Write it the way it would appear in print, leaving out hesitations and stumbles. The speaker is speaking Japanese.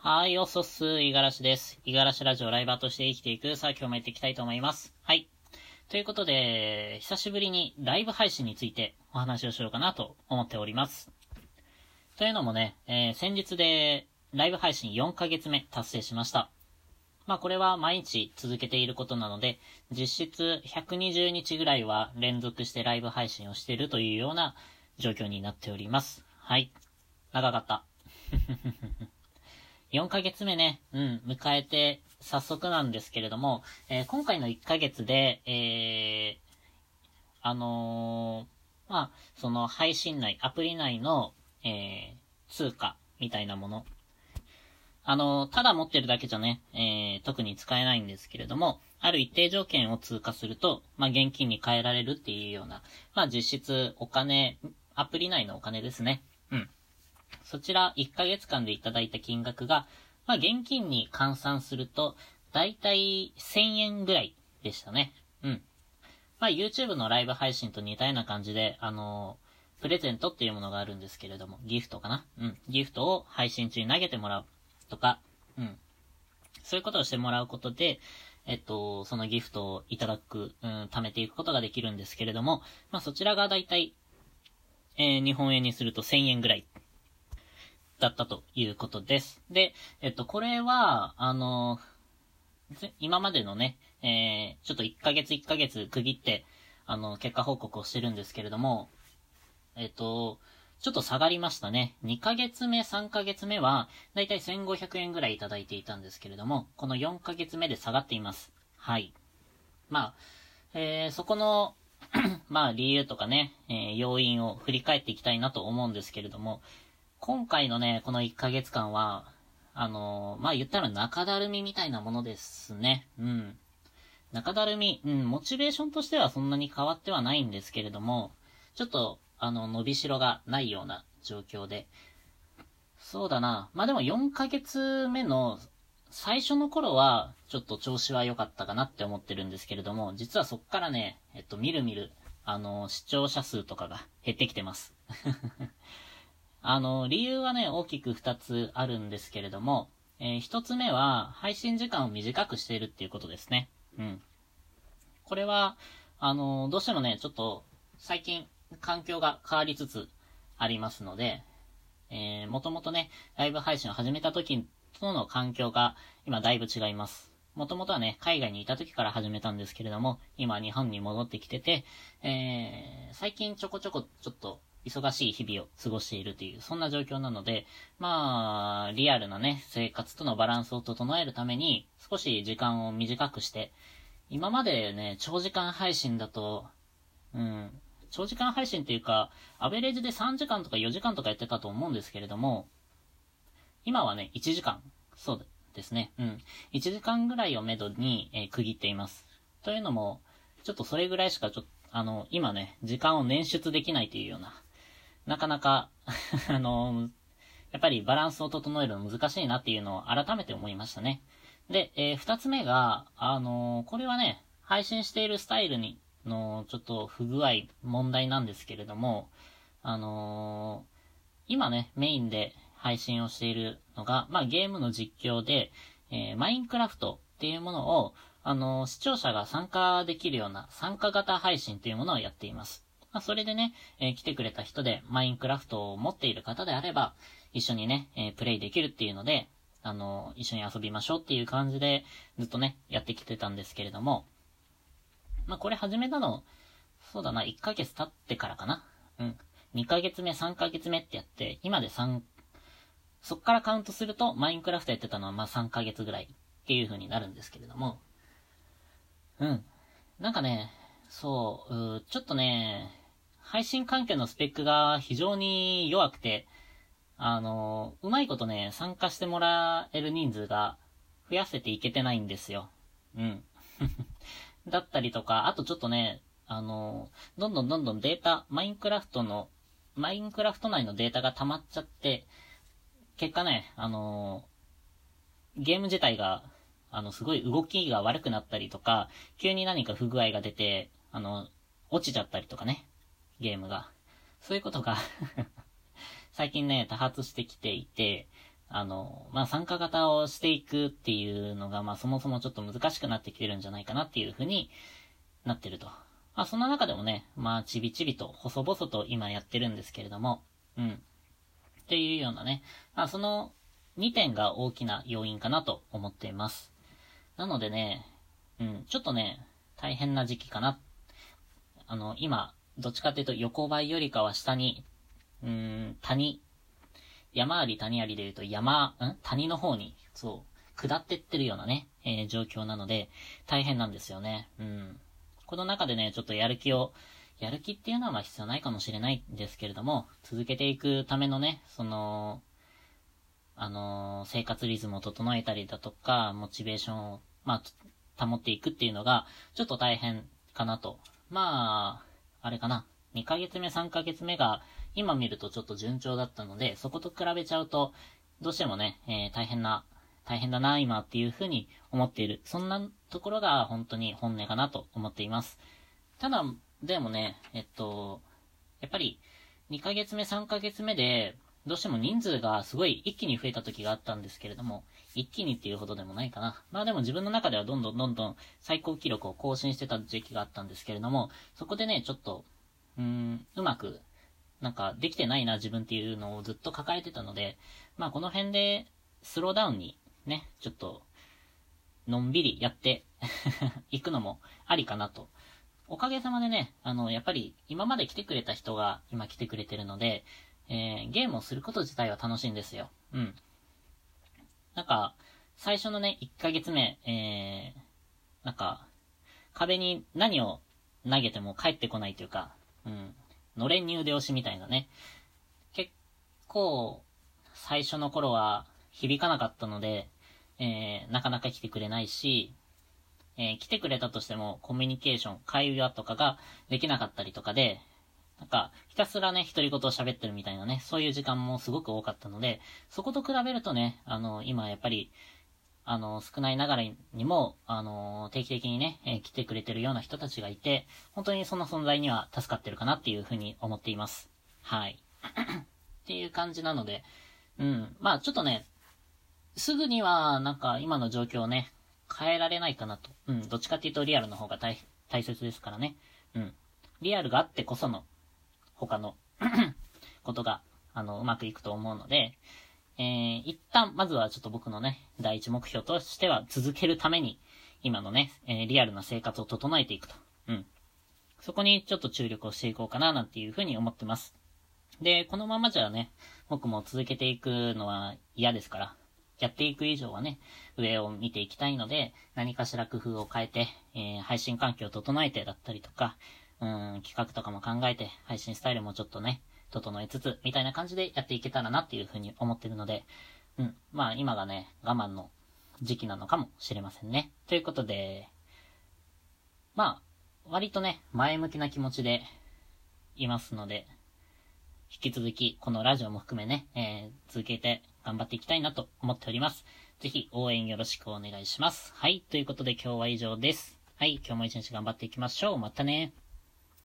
はい、おそす、いがらしです。いがらしラジオライバーとして生きていく。さあ、今日もやっていきたいと思います。はい。ということで、久しぶりにライブ配信についてお話をしようかなと思っております。というのもね、先日でライブ配信4ヶ月目達成しました。これは毎日続けていることなので、実質120日ぐらいは連続してライブ配信をしているというような状況になっております。はい。長かった。4ヶ月目ね、迎えて早速なんですけれども、今回の1ヶ月で、その配信内、アプリ内の、通貨みたいなもの。ただ持ってるだけじゃね、特に使えないんですけれども、ある一定条件を通過すると、現金に換えられるっていうような、実質お金、アプリ内のお金ですね。そちら1ヶ月間でいただいた金額が、現金に換算すると、だいたい1000円ぐらいでしたね。YouTube のライブ配信と似たような感じで、プレゼントっていうものがあるんですけれども、ギフトかな。ギフトを配信中に投げてもらうとか、そういうことをしてもらうことで、そのギフトをいただく、貯めていくことができるんですけれども、そちらがだいたい、日本円にすると1000円ぐらいだったということです。で、これは、今までのね、ちょっと1ヶ月1ヶ月区切って、結果報告をしてるんですけれども、ちょっと下がりましたね。2ヶ月目、3ヶ月目は、だいたい1500円ぐらいいただいていたんですけれども、この4ヶ月目で下がっています。はい。そこの理由とかね、要因を振り返っていきたいなと思うんですけれども、今回のね、この1ヶ月間は、言ったら中だるみみたいなものですね。中だるみ、モチベーションとしてはそんなに変わってはないんですけれども、ちょっと、伸びしろがないような状況で。そうだな。でも4ヶ月目の最初の頃は、ちょっと調子は良かったかなって思ってるんですけれども、実はそっからね、みるみる、視聴者数とかが減ってきてます。理由はね、大きく2つあるんですけれども、1つ目は、配信時間を短くしているっていうことですね。これは、どうしてもね、ちょっと、最近、環境が変わりつつありますので、もともとね、ライブ配信を始めた時との環境が、今だいぶ違います。もともとはね、海外にいた時から始めたんですけれども、今日本に戻ってきてて、最近ちょこちょこちょっと、忙しい日々を過ごしているという、そんな状況なので、リアルなね、生活とのバランスを整えるために、少し時間を短くして、今までね、長時間配信だと、長時間配信っていうか、アベレージで3時間とか4時間とかやってたと思うんですけれども、今はね、1時間。そうですね。1時間ぐらいをめどに、区切っています。というのも、ちょっとそれぐらいしか今ね、時間を捻出できないというような、なかなかやっぱりバランスを整えるの難しいなっていうのを改めて思いましたね。で、二つ目が、これはね、配信しているスタイルのちょっと不具合、問題なんですけれども、今ね、メインで配信をしているのが、ゲームの実況で、マインクラフトっていうものを、視聴者が参加できるような参加型配信というものをやっています。それでね、来てくれた人でマインクラフトを持っている方であれば、一緒にね、プレイできるっていうので、一緒に遊びましょうっていう感じで、ずっとね、やってきてたんですけれども、これ始めたの、そうだな、1ヶ月経ってからかな。2ヶ月目、3ヶ月目ってやって、今でそっからカウントすると、マインクラフトやってたのは3ヶ月ぐらいっていう風になるんですけれども、なんかね、ちょっとね、配信環境のスペックが非常に弱くて、うまいことね、参加してもらえる人数が増やせていけてないんですよ。だったりとか、あとちょっとね、どんどんデータ、マインクラフト内のデータが溜まっちゃって、結果ね、ゲーム自体が、すごい動きが悪くなったりとか、急に何か不具合が出て、落ちちゃったりとかね、ゲームが。そういうことが最近ね、多発してきていて、 参加型をしていくっていうのが、そもそもちょっと難しくなってきてるんじゃないかなっていうふうになってると。その中でもね、ちびちびと、細々と今やってるんですけれども、っていうようなね、その2点が大きな要因かなと思っています。なのでね、ちょっとね、大変な時期かな。今、どっちかっていうと横ばいよりかは下に、山あり谷ありで言うと谷の方に、下ってってるようなね、状況なので、大変なんですよね。この中でね、ちょっとやる気っていうのは必要ないかもしれないんですけれども、続けていくためのね、生活リズムを整えたりだとか、モチベーションを、保っていくっていうのが、ちょっと大変かなと。あれかな。2ヶ月目、3ヶ月目が、今見るとちょっと順調だったので、そこと比べちゃうと、どうしてもね、大変だな、今っていうふうに思っている。そんなところが本当に本音かなと思っています。ただ、でもね、やっぱり、2ヶ月目、3ヶ月目で、どうしても人数がすごい一気に増えた時があったんですけれども、一気にっていうほどでもないかな。でも自分の中ではどんどん最高記録を更新してた時期があったんですけれども、そこでね、ちょっと、うまく、できてないな自分っていうのをずっと抱えてたので、この辺でスローダウンにね、ちょっと、のんびりやっていくのもありかなと。おかげさまでね、やっぱり今まで来てくれた人が今来てくれてるので、ゲームをすること自体は楽しいんですよ。最初のね、1ヶ月目、壁に何を投げても返ってこないというか、のれんに腕押しみたいなね。結構、最初の頃は響かなかったので、なかなか来てくれないし、来てくれたとしてもコミュニケーション、会話とかができなかったりとかで、ひたすらね、独り言を喋ってるみたいなね、そういう時間もすごく多かったので、そこと比べるとね、今やっぱり、少ないながらにも、定期的にね、来てくれてるような人たちがいて、本当にその存在には助かってるかなっていうふうに思っています。はい。っていう感じなので、ちょっとね、すぐには、今の状況をね、変えられないかなと。どっちかっていうとリアルの方が大切ですからね。リアルがあってこその、他のことが、うまくいくと思うので、一旦、まずはちょっと僕のね、第一目標としては続けるために、今のね、リアルな生活を整えていくと。そこにちょっと注力をしていこうかな、なんていうふうに思ってます。で、このままじゃね、僕も続けていくのは嫌ですから、やっていく以上はね、上を見ていきたいので、何かしら工夫を変えて、配信環境を整えてだったりとか、企画とかも考えて、配信スタイルもちょっとね、整えつつ、みたいな感じでやっていけたらなっていうふうに思ってるので、今がね、我慢の時期なのかもしれませんね。ということで、割とね、前向きな気持ちでいますので、引き続き、このラジオも含めね、続けて頑張っていきたいなと思っております。ぜひ応援よろしくお願いします。はい、ということで今日は以上です。はい、今日も一日頑張っていきましょう。またね。